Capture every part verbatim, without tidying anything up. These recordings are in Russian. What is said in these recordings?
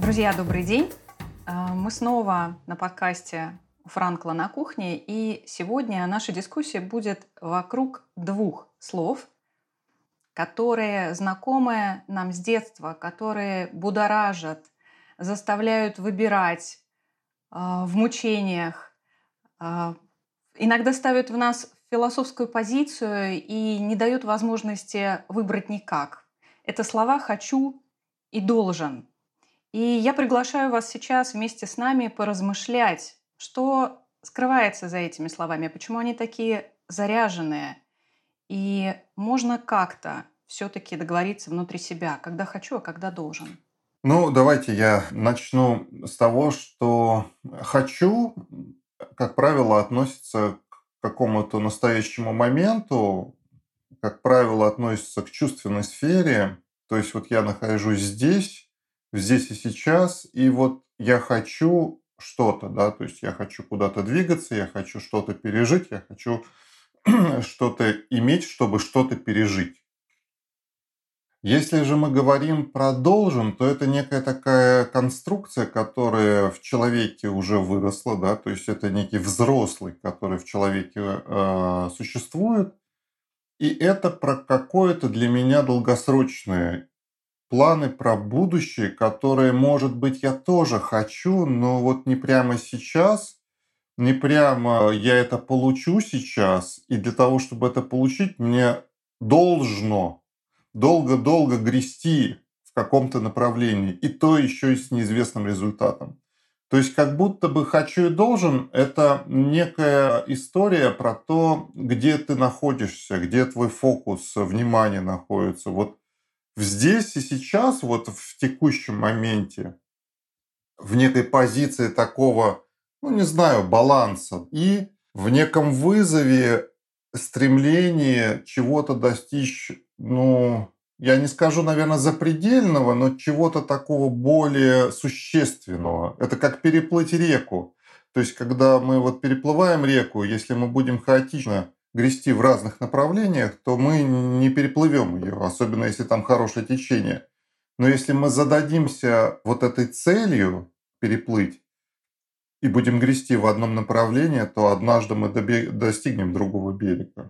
Друзья, добрый день! А, Мы снова на подкасте у Франкла на кухне, и сегодня наша дискуссия будет вокруг двух слов, которые знакомы нам с детства, которые будоражат, заставляют выбирать а, в мучениях, а, иногда ставят в нас философскую позицию и не дают возможности выбрать никак. Это слова «хочу» и «должен». И я приглашаю вас сейчас вместе с нами поразмышлять, что скрывается за этими словами, почему они такие заряженные. И можно как-то все-таки договориться внутри себя, когда хочу, а когда должен. Ну, давайте я начну с того, что «хочу», как правило, относится к какому-то настоящему моменту, как правило, относится к чувственной сфере. То есть вот я нахожусь здесь, здесь и сейчас, и вот я хочу что-то, да, то есть я хочу куда-то двигаться, я хочу что-то пережить, я хочу что-то иметь, чтобы что-то пережить. Если же мы говорим про должен, то это некая такая конструкция, которая в человеке уже выросла, да, то есть это некий взрослый, который в человеке э, существует, и это про какое-то для меня долгосрочное планы про будущее, которые, может быть, я тоже хочу, но вот не прямо сейчас, не прямо я это получу сейчас, и для того, чтобы это получить, мне должно долго-долго грести в каком-то направлении, и то еще и с неизвестным результатом. То есть как будто бы «хочу» и «должен» — это некая история про то, где ты находишься, где твой фокус внимания находится. Вот здесь и сейчас, вот в текущем моменте, в некой позиции такого, ну не знаю, баланса и в неком вызове, стремлении чего-то достичь, ну, я не скажу, наверное, запредельного, но чего-то такого более существенного. Это как переплыть реку. То есть, когда мы вот переплываем реку, если мы будем хаотично грести в разных направлениях, то мы не переплывем ее, особенно если там хорошее течение. Но если мы зададимся вот этой целью переплыть и будем грести в одном направлении, то однажды мы добе- достигнем другого берега.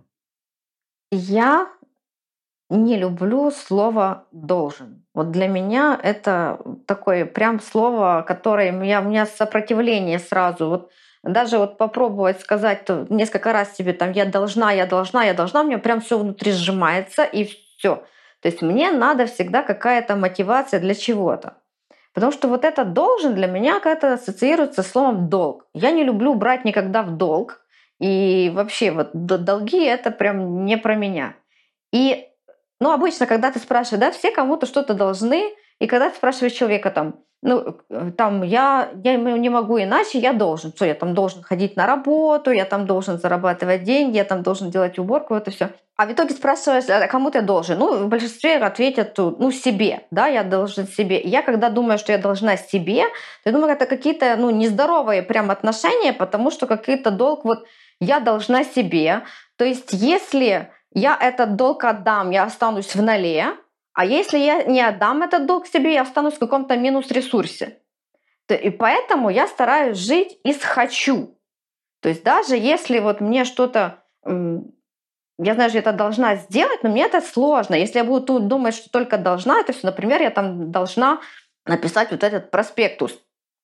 Я не люблю слово «должен». Вот для меня это такое прям слово, которое у меня, у меня сопротивление сразу. Вот даже вот попробовать сказать то несколько раз себе там «я должна, я должна, я должна», у меня прям все внутри сжимается и все. То есть мне надо всегда какая-то мотивация для чего-то. Потому что вот это «должен» для меня как-то ассоциируется с словом «долг». Я не люблю брать никогда в долг. И вообще вот д- долги — это прям не про меня. И, ну, обычно, когда ты спрашиваешь, да, все кому-то что-то должны, и когда ты спрашиваешь человека там, ну, э, там, я, я м- не могу иначе, я должен. Что, я там должен ходить на работу, я там должен зарабатывать деньги, я там должен делать уборку, это все. А в итоге спрашиваешь, а кому ты должен? Ну, в большинстве ответят, тут, ну, себе, да, я должен себе. И я когда думаю, что я должна себе, то я думаю, это какие-то, ну, нездоровые прям отношения, потому что какой-то долг, вот, я должна себе. То есть если я этот долг отдам, я останусь в ноле, а если я не отдам этот долг себе, я останусь в каком-то минус-ресурсе. Т- И поэтому я стараюсь жить из «хочу». То есть даже если вот мне что-то, м, я знаю, что я это должна сделать, но мне это сложно. Если я буду тут думать, что только должна, это все, например, я там должна написать вот этот проспектус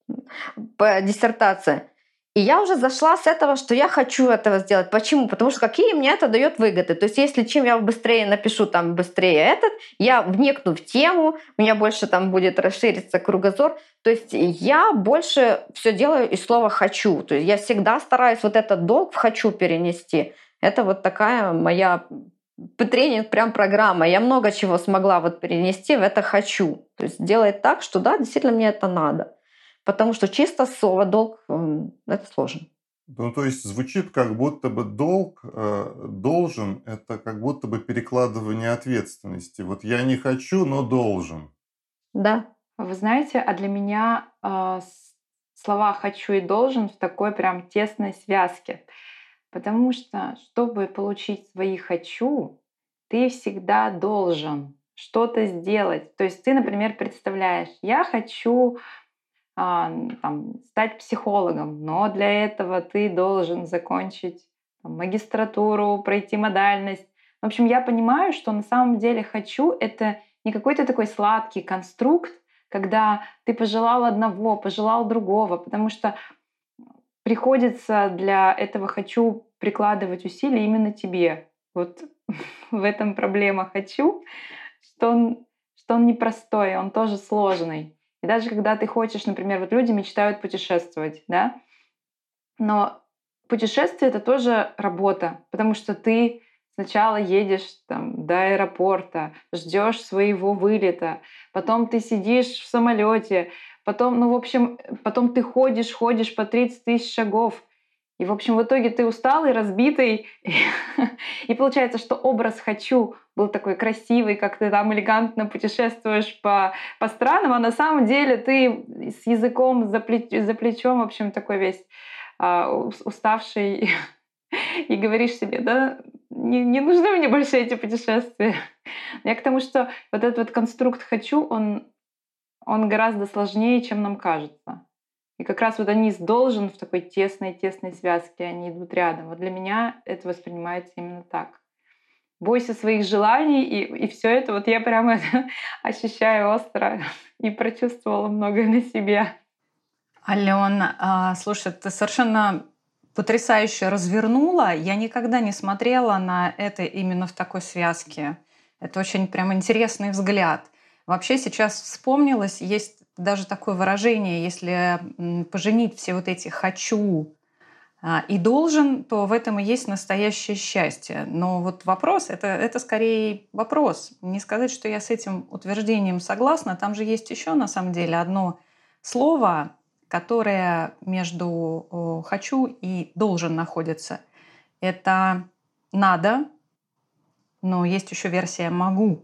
по диссертации. И я уже зашла с этого, что я хочу этого сделать. Почему? Потому что какие мне это дает выгоды. То есть если чем я быстрее напишу там быстрее этот, я вникну в тему, у меня больше там будет расшириться кругозор. То есть я больше все делаю из слова «хочу». То есть я всегда стараюсь вот этот долг в «хочу» перенести. Это вот такая моя тренинг, прям программа. Я много чего смогла вот перенести в это «хочу». То есть делать так, что да, действительно мне это надо. Потому что чисто слово «долг» м, это сложно. Ну, то есть звучит как будто бы долг, э, должен — это как будто бы перекладывание ответственности. Вот я не хочу, но должен. Да. Вы знаете, а для меня а, с- слова «хочу» и «должен» в такой прям тесной связке. Потому что, чтобы получить свои «хочу», ты всегда должен что-то сделать. То есть ты, например, представляешь, я хочу а, там, стать психологом, но для этого ты должен закончить там, магистратуру, пройти модальность. В общем, я понимаю, что на самом деле хочу — это не какой-то такой сладкий конструкт, когда ты пожелал одного, пожелал другого, потому что приходится для этого «хочу» прикладывать усилия именно тебе. Вот в этом проблема «хочу», что он, что он непростой, он тоже сложный. И даже когда ты хочешь, например, вот люди мечтают путешествовать, да, но путешествие — это тоже работа, потому что ты сначала едешь там, до аэропорта, ждешь своего вылета, потом ты сидишь в самолете, потом, ну, в общем, потом ты ходишь, ходишь по тридцать тысяч шагов. И, в общем, в итоге ты усталый, разбитый. И получается, что образ «хочу» был такой красивый, как ты там элегантно путешествуешь по, по странам, а на самом деле ты с языком за, плеч, за плечом, в общем, такой весь а, уставший. И говоришь себе, да, не, не нужны мне больше эти путешествия. Я к тому, что вот этот вот конструкт «хочу», он, он гораздо сложнее, чем нам кажется. И как раз вот они с «должен» в такой тесной-тесной связке, они идут рядом. Вот для меня это воспринимается именно так. Бойся своих желаний, и, и все это вот я прямо ощущаю остро и прочувствовала многое на себе. Алена, а, слушай, ты совершенно потрясающе развернула. Я никогда не смотрела на это именно в такой связке. Это очень прям интересный взгляд. Вообще сейчас вспомнилось, есть даже такое выражение, если поженить все вот эти «хочу» и «должен», то в этом и есть настоящее счастье. Но вот вопрос, это, это скорее вопрос. Не сказать, что я с этим утверждением согласна. Там же есть еще на самом деле одно слово, которое между «хочу» и «должен» находится. Это «надо», но есть еще версия «могу».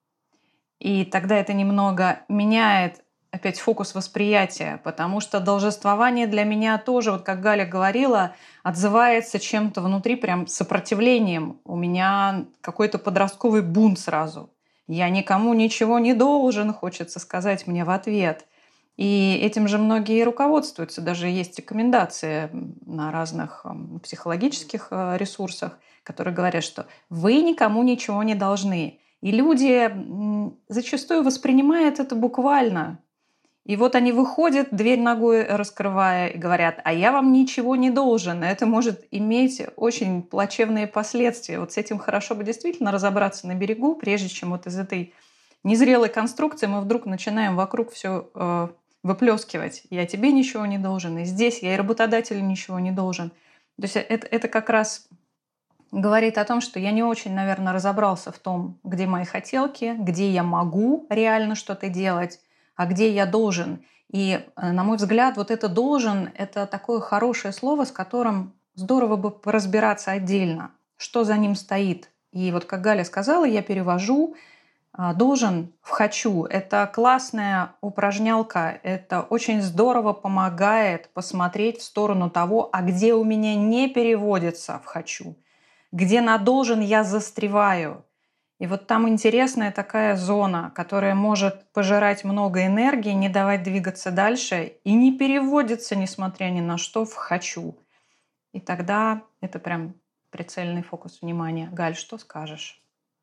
И тогда это немного меняет опять фокус восприятия, потому что должествование для меня тоже, вот как Галя говорила, отзывается чем-то внутри, прям сопротивлением. У меня какой-то подростковый бунт сразу. Я никому ничего не должен, хочется сказать мне в ответ. И этим же многие руководствуются. Даже есть рекомендации на разных психологических ресурсах, которые говорят, что вы никому ничего не должны. И люди зачастую воспринимают это буквально. И вот они выходят, дверь ногой раскрывая, и говорят, а я вам ничего не должен. Это может иметь очень плачевные последствия. Вот с этим хорошо бы действительно разобраться на берегу, прежде чем вот из этой незрелой конструкции мы вдруг начинаем вокруг все э, выплескивать. Я тебе ничего не должен, и здесь я и работодателю ничего не должен. То есть это, это как раз говорит о том, что я не очень, наверное, разобрался в том, где мои хотелки, где я могу реально что-то делать, а где я должен. И, на мой взгляд, вот это «должен» — это такое хорошее слово, с которым здорово бы разбираться отдельно, что за ним стоит. И вот, как Галя сказала, я перевожу «должен» в «хочу». Это классная упражнялка, это очень здорово помогает посмотреть в сторону того, а где у меня не переводится в «хочу», где на «должен» я застреваю. И вот там интересная такая зона, которая может пожирать много энергии, не давать двигаться дальше и не переводится, несмотря ни на что, в «хочу». И тогда это прям прицельный фокус внимания. Галь, что скажешь?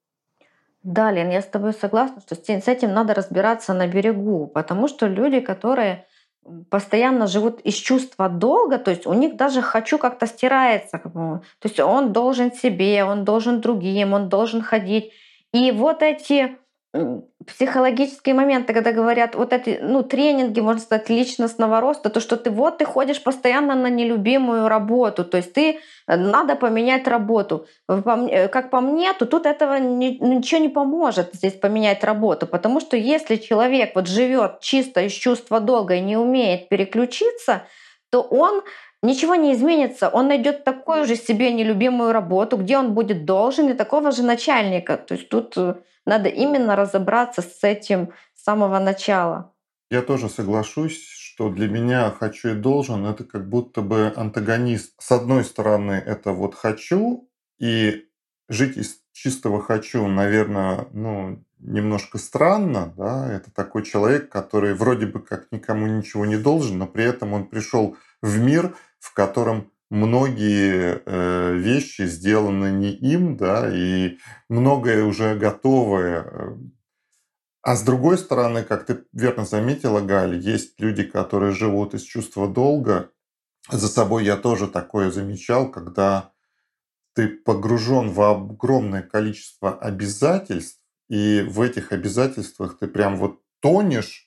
Да, Лен, я с тобой согласна, что с этим надо разбираться на берегу, потому что люди, которые постоянно живут из чувства долга, то есть у них даже «хочу» как-то стирается. То есть он должен себе, он должен другим, он должен ходить. И вот эти психологические моменты, когда говорят, вот эти ну, тренинги, можно сказать, личностного роста, то, что ты вот ты ходишь постоянно на нелюбимую работу, то есть ты надо поменять работу. Как по мне, то тут этого ничего не поможет здесь поменять работу, потому что если человек вот живет чисто из чувства долга и не умеет переключиться, то он ничего не изменится. Он найдет такую же себе нелюбимую работу, где он будет должен, и такого же начальника. То есть тут надо именно разобраться с этим с самого начала. Я тоже соглашусь, что для меня «хочу» и «должен» — это как будто бы антагонист. С одной стороны, это вот «хочу», и жить из чистого «хочу», наверное, ну, немножко странно, да, это такой человек, который вроде бы как никому ничего не должен, но при этом он пришел в мир, в котором многие э, вещи сделаны не им, да, и многое уже готовое. э. А с другой стороны, как ты верно заметила, Галь, есть люди, которые живут из чувства долга. За собой я тоже такое замечал, когда ты погружен в огромное количество обязательств, и в этих обязательствах ты прям вот тонешь,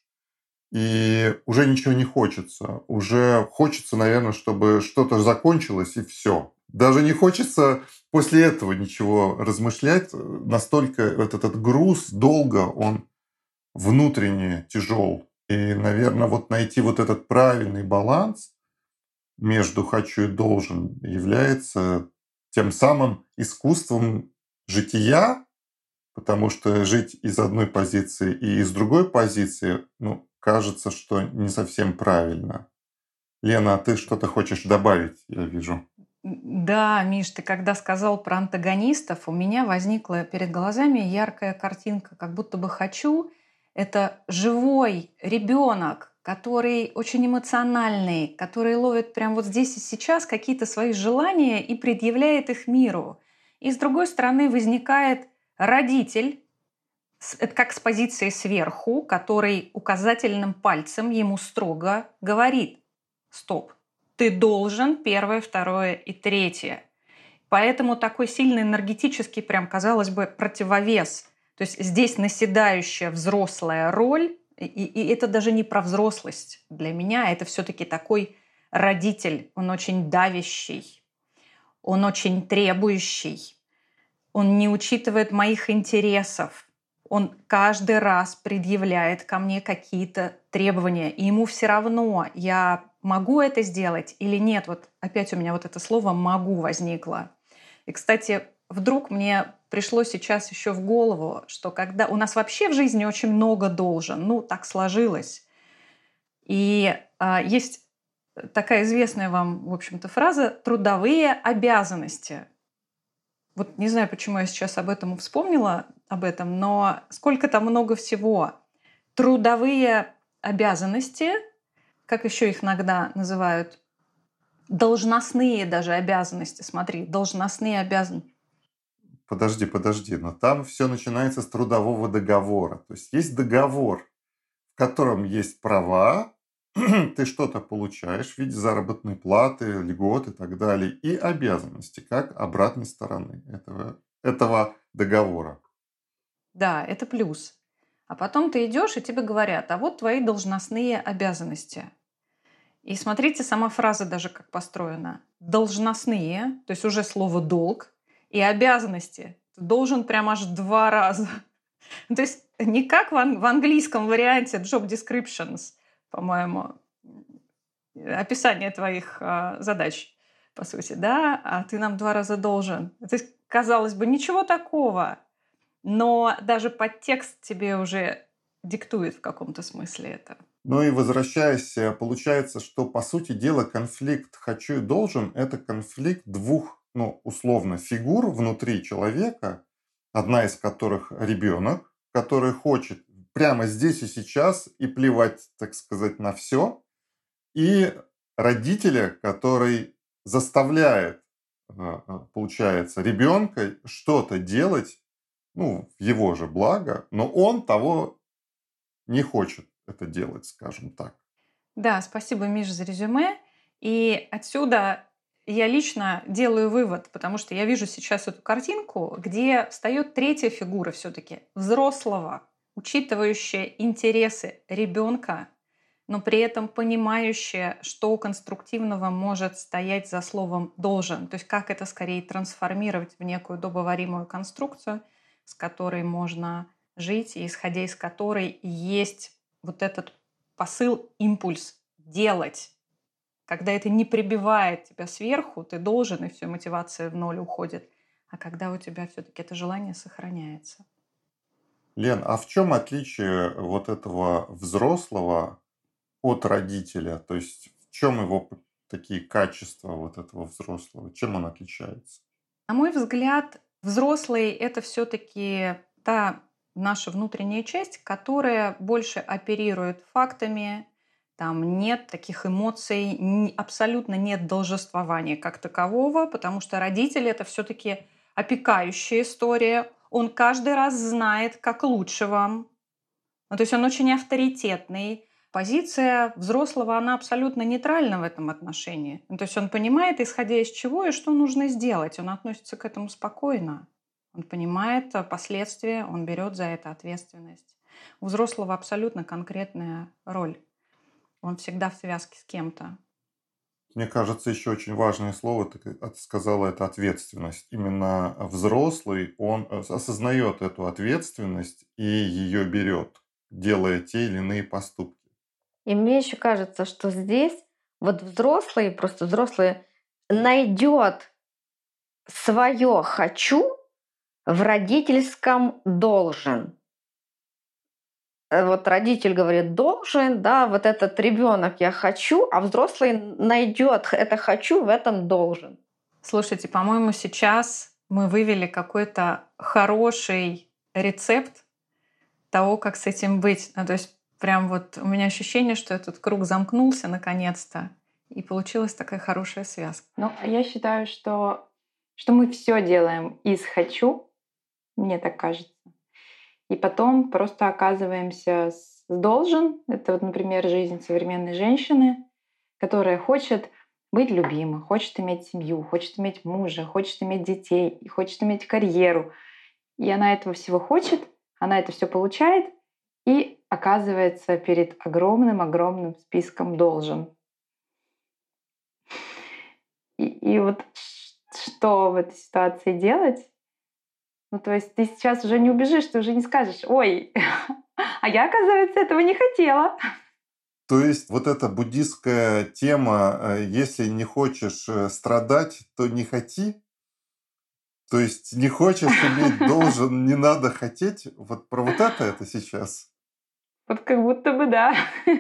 и уже ничего не хочется. Уже хочется, наверное, чтобы что-то закончилось, и все. Даже не хочется после этого ничего размышлять. Настолько вот этот груз долго, он внутренне тяжел. И, наверное, вот найти вот этот правильный баланс между «хочу» и «должен» является тем самым искусством жития, потому что жить из одной позиции и из другой позиции, ну, кажется, что не совсем правильно. Лена, а ты что-то хочешь добавить, я вижу. Да, Миш, ты когда сказал про антагонистов, у меня возникла перед глазами яркая картинка, как будто бы «хочу» — это живой ребенок, который очень эмоциональный, который ловит прямо вот здесь и сейчас какие-то свои желания и предъявляет их миру. И с другой стороны возникает родитель, с- это как с позиции сверху, который указательным пальцем ему строго говорит: «Стоп, ты должен первое, второе и третье». Поэтому такой сильный энергетический, прям, казалось бы, противовес. То есть здесь наседающая взрослая роль, и, и это даже не про взрослость для меня, это все-таки такой родитель, он очень давящий, он очень требующий, он не учитывает моих интересов, он каждый раз предъявляет ко мне какие-то требования, и ему все равно, я могу это сделать или нет. Вот опять у меня вот это слово «могу» возникло. И, кстати, вдруг мне пришло сейчас еще в голову, что когда у нас вообще в жизни очень много должен, ну, так сложилось. И а, есть такая известная вам, в общем-то, фраза «трудовые обязанности». Вот не знаю, почему я сейчас об этом вспомнила, об этом, но сколько там много всего. Трудовые обязанности, как еще их иногда называют, должностные даже обязанности. Смотри, должностные обязанности. Подожди, подожди, но там все начинается с трудового договора. То есть есть договор, в котором есть права, ты что-то получаешь в виде заработной платы, льгот и так далее, и обязанности, как обратной стороны этого, этого договора. Да, это плюс. А потом ты идешь, и тебе говорят: а вот твои должностные обязанности. И смотрите, сама фраза даже как построена. Должностные, то есть уже слово «долг», и обязанности. Ты должен прям аж два раза. То есть не как в, ан- в английском варианте job descriptions, по-моему, описание твоих а, задач, по сути, да, а ты нам два раза должен. То есть, казалось бы, ничего такого, но даже подтекст тебе уже диктует в каком-то смысле это. Ну и возвращаясь, э, получается, что по сути дела конфликт «хочу» и «должен» — это конфликт двух, ну, условно, фигур внутри человека, одна из которых ребенок, который хочет прямо здесь и сейчас и плевать, так сказать, на все, и родителя, который заставляет, а, а, получается, ребенка что-то делать, ну, в его же благо, но он того не хочет это делать, скажем так. Да, спасибо, Миша, за резюме. И отсюда я лично делаю вывод, потому что я вижу сейчас эту картинку, где встает третья фигура все-таки взрослого, учитывающая интересы ребенка, но при этом понимающая, что конструктивного может стоять за словом «должен». То есть как это скорее трансформировать в некую добоваримую конструкцию, с которой можно жить, и исходя из которой есть вот этот посыл, импульс делать. Когда это не прибивает тебя сверху, ты должен, и все, мотивация в ноль уходит. А когда у тебя все-таки это желание сохраняется. Лен, а в чем отличие вот этого взрослого от родителя? То есть в чем его п- такие качества вот этого взрослого? Чем он отличается? На мой взгляд, взрослый — это все-таки та наша внутренняя часть, которая больше оперирует фактами, там нет таких эмоций, н- абсолютно нет должествования как такового, потому что родители — это все-таки опекающая история. Он каждый раз знает, как лучше вам. Ну, то есть он очень авторитетный. Позиция взрослого, она абсолютно нейтральна в этом отношении. Ну, то есть он понимает, исходя из чего и что нужно сделать. Он относится к этому спокойно. Он понимает э, последствия, он берет за это ответственность. У взрослого абсолютно конкретная роль. Он всегда в связке с кем-то. Мне кажется, еще очень важное слово, ты к- от- сказала, это ответственность. Именно взрослый, он э, осознает эту ответственность и ее берет, делая те или иные поступки. И мне еще кажется, что здесь вот взрослый, просто взрослый найдет свое хочу в родительском должен. Э, Вот родитель говорит должен, да, вот этот ребенок я хочу, а взрослый найдет это хочу в этом должен. Слушайте, по-моему, сейчас мы вывели какой-то хороший рецепт того, как с этим быть. Ну, то есть прям вот у меня ощущение, что этот круг замкнулся наконец-то, и получилась такая хорошая связка. Ну, а я считаю, что, что мы все делаем из «хочу», мне так кажется. И потом просто оказываемся с «должен». Это вот, например, жизнь современной женщины, которая хочет быть любимой, хочет иметь семью, хочет иметь мужа, хочет иметь детей, и хочет иметь карьеру. И она этого всего хочет, она это все получает и оказывается перед огромным-огромным списком «должен». И, и вот ш- что в этой ситуации делать? Ну, то есть ты сейчас уже не убежишь, ты уже не скажешь: «Ой, а я, оказывается, этого не хотела». То есть вот эта буддистская тема, э, если не хочешь э, страдать, то не хоти. То есть не хочешь иметь должен, не надо хотеть. Вот про вот это это сейчас. Вот как будто бы да.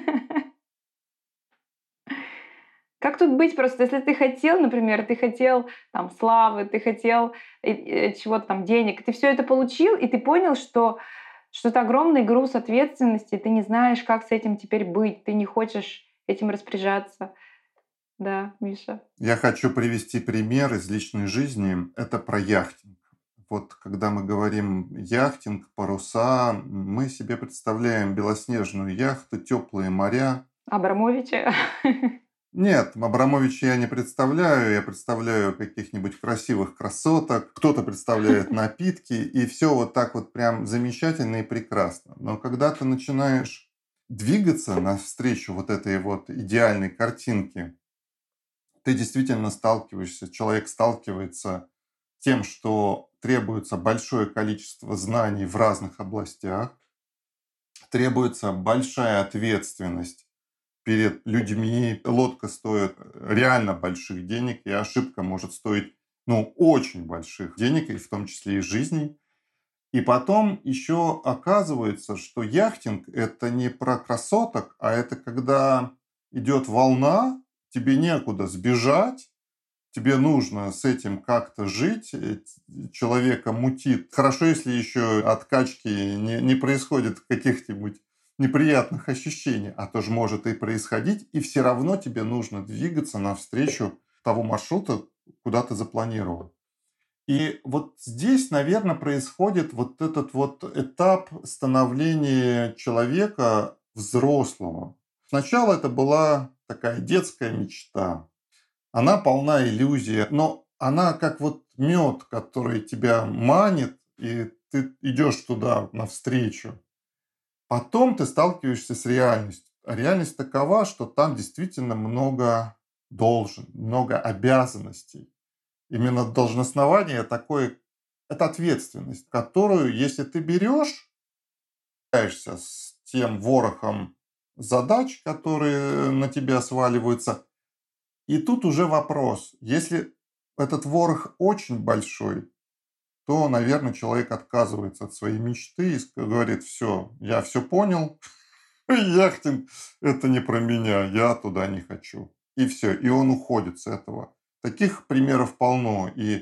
Как тут быть просто, если ты хотел, например, ты хотел там славы, ты хотел э, э, чего-то там денег, ты все это получил, и ты понял, что что это огромный груз ответственности, ты не знаешь, как с этим теперь быть, ты не хочешь этим распоряжаться. Да, Миша. Я хочу привести пример из личной жизни. Это про яхтинг. Вот когда мы говорим яхтинг, паруса, мы себе представляем белоснежную яхту, теплые моря. Абрамовича. Нет, Абрамовича я не представляю, я представляю каких-нибудь красивых красоток, кто-то представляет напитки, и все вот так вот прям замечательно и прекрасно. Но когда ты начинаешь двигаться навстречу вот этой вот идеальной картинке, ты действительно сталкиваешься, человек сталкивается с тем, что требуется большое количество знаний в разных областях, требуется большая ответственность перед людьми. Лодка стоит реально больших денег, и ошибка может стоить, ну, очень больших денег, и в том числе и жизней. И потом еще оказывается, что яхтинг — это не про красоток, а это когда идет волна, тебе некуда сбежать, тебе нужно с этим как-то жить, э, человека мутит. Хорошо, если еще от качки не, не происходит каких-нибудь неприятных ощущений, а то же может и происходить, и все равно тебе нужно двигаться навстречу того маршрута, куда ты запланировал. И вот здесь, наверное, происходит вот этот вот этап становления человека взрослого. Сначала это была такая детская мечта, она полна иллюзий, но она как вот мед, который тебя манит, и ты идешь туда навстречу. Потом ты сталкиваешься с реальностью. А реальность такова, что там действительно много должен, много обязанностей. Именно должностнование такое, это ответственность, которую, если ты берешь, справляешься с тем ворохом задач, которые на тебя сваливаются. И тут уже вопрос, если этот ворох очень большой, то, наверное, человек отказывается от своей мечты и ск- говорит: все, я все понял, яхтинг — это не про меня, я туда не хочу. И все, и он уходит с этого. Таких примеров полно. И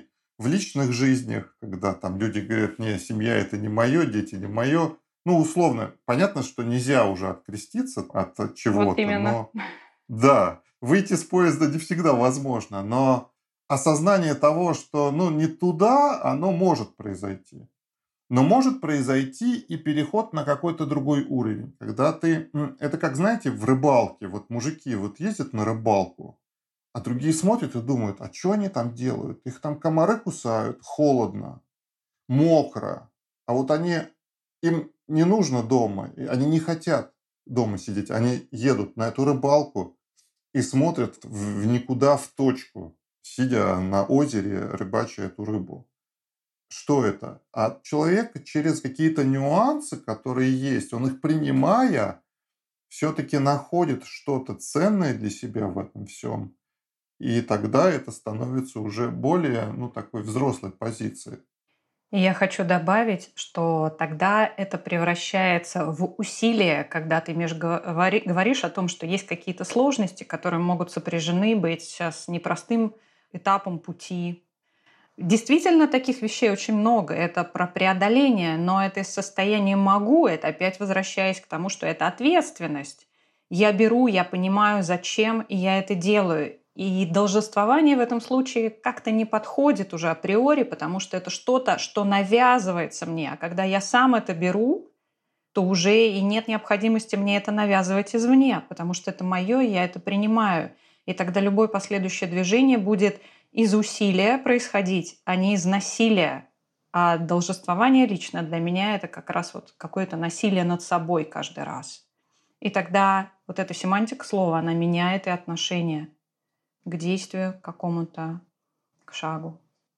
в личных жизнях, когда там люди говорят: "Не, семья- это не мое, дети- не мое". Ну, условно, понятно, что нельзя уже откреститься от Вот чего-то, именно. но да, выйти с поезда не всегда возможно, но осознание того, что, ну, не туда, оно может произойти. Но может произойти и переход на какой-то другой уровень, когда ты м, это как, знаете, в рыбалке. Вот мужики вот ездят на рыбалку, а другие смотрят и думают: "А чё они там делают? Их там комары кусают, холодно, мокро". А вот они им не нужно дома, и они не хотят дома сидеть. Они едут на эту рыбалку и смотрят в в никуда, в точку, сидя на озере, рыбача эту рыбу. Что это? А человек через какие-то нюансы, которые есть, он их принимая, все-таки находит что-то ценное для себя в этом всем. И тогда это становится уже более, ну, такой взрослой позицией. И я хочу добавить, что тогда это превращается в усилие, когда ты меж говори- говоришь о том, что есть какие-то сложности, которые могут сопряжены быть с непростым этапом пути. Действительно, таких вещей очень много. Это про преодоление, но это из состояния «могу», это опять возвращаясь к тому, что это ответственность. Я беру, я понимаю, зачем, и я это делаю. И должествование в этом случае как-то не подходит уже априори, потому что это что-то, что навязывается мне. А когда я сам это беру, то уже и нет необходимости мне это навязывать извне, потому что это мое, и я это принимаю. И тогда любое последующее движение будет из усилия происходить, а не из насилия. А должествование лично для меня это как раз вот какое-то насилие над собой каждый раз. И тогда вот эта семантика слова, она меняет и отношение к действию, к какому-то, к шагу.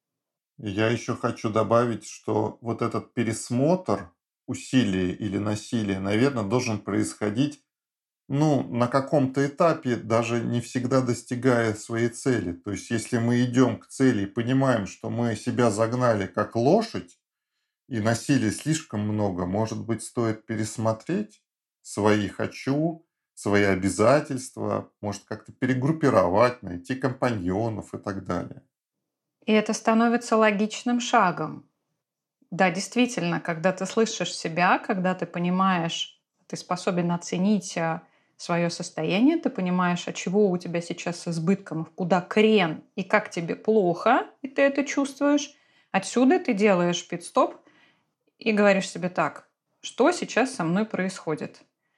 И я еще хочу добавить, что вот этот пересмотр усилия или насилия, наверное, должен происходить, ну, на каком-то этапе, даже не всегда достигая своей цели. То есть, если мы идем к цели и понимаем, что мы себя загнали как лошадь и насилия слишком много, может быть, стоит пересмотреть свои «хочу», свои обязательства, может, как-то перегруппировать, найти компаньонов и так далее. И это становится логичным шагом. Да, действительно, когда ты слышишь себя, когда ты понимаешь, ты способен оценить свое состояние, ты понимаешь, от чего у тебя сейчас с избытком, куда крен и как тебе плохо, и ты это чувствуешь. Отсюда ты делаешь пит-стоп и говоришь себе так: что сейчас со мной происходит?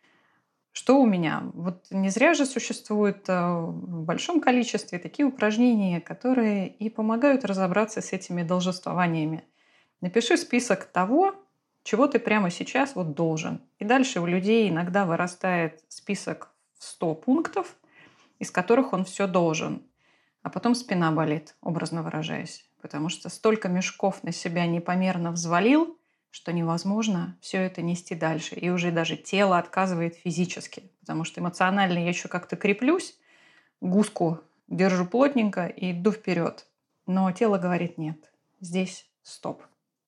Что у меня? Вот не зря же существуют э, в большом количестве такие упражнения, которые и помогают разобраться с этими должествованиями. Напиши список того, чего ты прямо сейчас вот должен. И дальше у людей иногда вырастает список в сто пунктов, из которых он все должен. А потом спина болит, образно выражаясь. Потому что столько мешков на себя непомерно взвалил, что невозможно все это нести дальше. И уже даже тело отказывает физически. Потому что эмоционально я еще как-то креплюсь, гуску держу плотненько и иду вперед. Но тело говорит: нет, здесь стоп.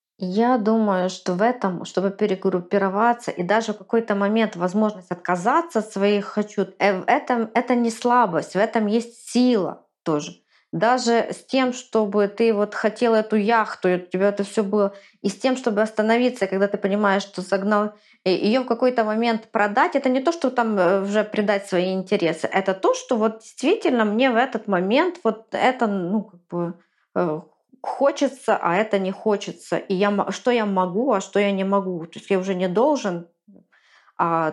Я думаю, что в этом, чтобы перегруппироваться и даже в какой-то момент возможность отказаться от своих хочу, э, в этом это не слабость, в этом есть сила тоже. Даже с тем, чтобы ты вот хотел эту яхту, и у тебя это все было, и с тем, чтобы остановиться, когда ты понимаешь, что загнал ее в какой-то момент продать, это не то, что там э, уже предать свои интересы, это то, что вот действительно мне в этот момент вот это, ну, как бы э, хочется, а это не хочется. И я, мо- что я могу, а что я не могу. То есть я уже не должен, а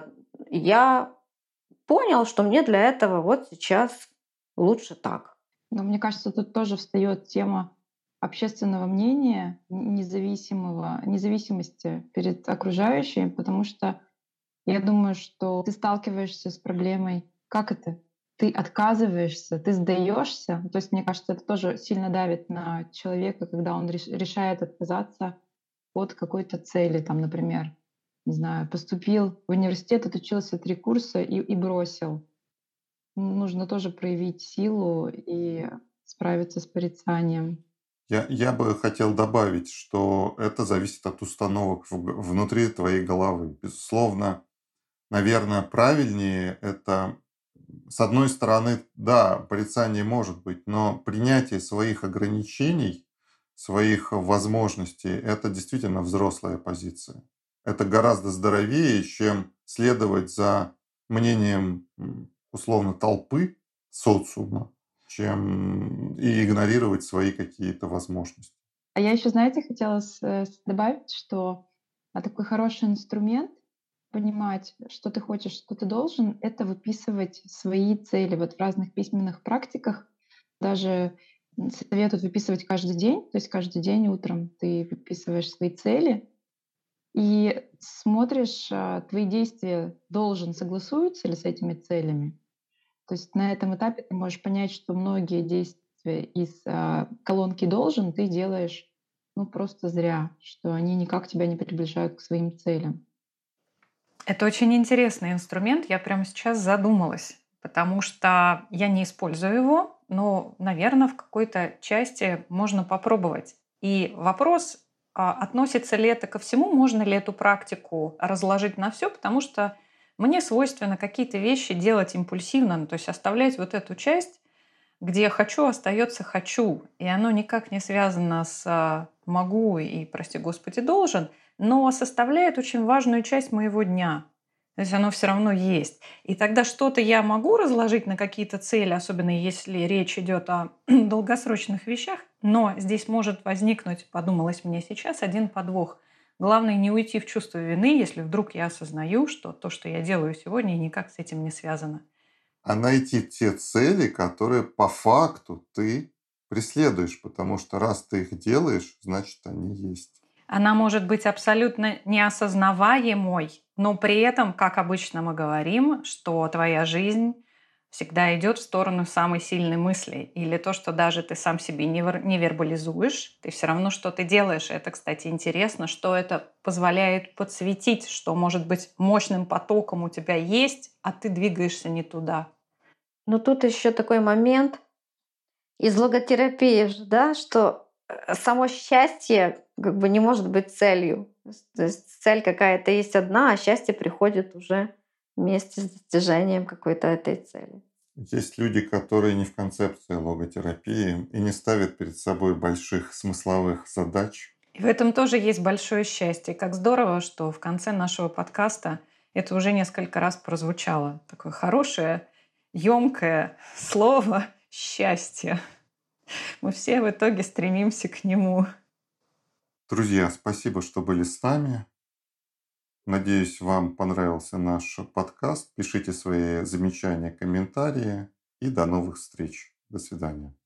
я понял, что мне для этого вот сейчас лучше так. Но мне кажется, тут тоже встает тема общественного мнения, н- независимого, независимости перед окружающими, потому что я думаю, что ты сталкиваешься с проблемой, как это? Ты отказываешься, ты сдаешься. То есть, мне кажется, это тоже сильно давит на человека, когда он реш- решает отказаться от какой-то цели. Там, например, не знаю, поступил в университет, отучился три курса и, и бросил. Нужно тоже проявить силу и справиться с порицанием. Я, я бы хотел добавить, что это зависит от установок в г- внутри твоей головы. Безусловно, наверное, правильнее это, с одной стороны, да, порицание может быть, но принятие своих ограничений своих возможностей, это действительно взрослая позиция. Это гораздо здоровее, чем следовать за мнением м, условно толпы, социума, чем и игнорировать свои какие-то возможности. А я еще, знаете, хотела с- э, с- добавить, что а, такой хороший инструмент понимать, что ты хочешь, что ты должен, это выписывать свои цели. Вот в разных письменных практиках даже м, советуют выписывать каждый день, то есть каждый день утром ты выписываешь свои цели и смотришь, а, твои действия должен согласуются ли с этими целями. То есть на этом этапе ты можешь понять, что многие действия из а, колонки «должен» ты делаешь ну просто зря, что они никак тебя не приближают к своим целям. Это очень интересный инструмент, я прямо сейчас задумалась, потому что я не использую его, но, наверное, в какой-то части можно попробовать. И вопрос, а, относится ли это ко всему, можно ли эту практику разложить на все, потому что мне свойственно какие-то вещи делать импульсивно, ну, то есть оставлять вот эту часть, где хочу остается хочу, и оно никак не связано с а, могу и, прости господи, должен, но составляет очень важную часть моего дня. То есть оно все равно есть. И тогда что-то я могу разложить на какие-то цели, особенно если речь идет о долгосрочных вещах, но здесь может возникнуть, подумалось мне сейчас, один подвох. Главное не уйти в чувство вины, если вдруг я осознаю, что то, что я делаю сегодня, никак с этим не связано. А найти те цели, которые по факту ты преследуешь, потому что раз ты их делаешь, значит, они есть. Она может быть абсолютно неосознаваемой, но при этом, как обычно мы говорим, что твоя жизнь всегда идет в сторону самой сильной мысли. Или то, что даже ты сам себе не, вер- не вербализуешь, ты все равно что-то делаешь. Это, кстати, интересно, что это позволяет подсветить, что, может быть, мощным потоком у тебя есть, а ты двигаешься не туда. Но тут еще такой момент из логотерапии, ж, да, что э, само счастье как бы не может быть целью. То есть то есть цель какая-то есть одна, а счастье приходит уже вместе с достижением какой-то этой цели. Есть люди, которые не в концепции логотерапии и не ставят перед собой больших смысловых задач. И в этом тоже есть большое счастье. Как здорово, что в конце нашего подкаста это уже несколько раз прозвучало. Такое хорошее, емкое слово «счастье». Мы все в итоге стремимся к нему. Друзья, спасибо, что были с нами. Надеюсь, вам понравился наш подкаст. Пишите свои замечания, комментарии и до новых встреч. До свидания.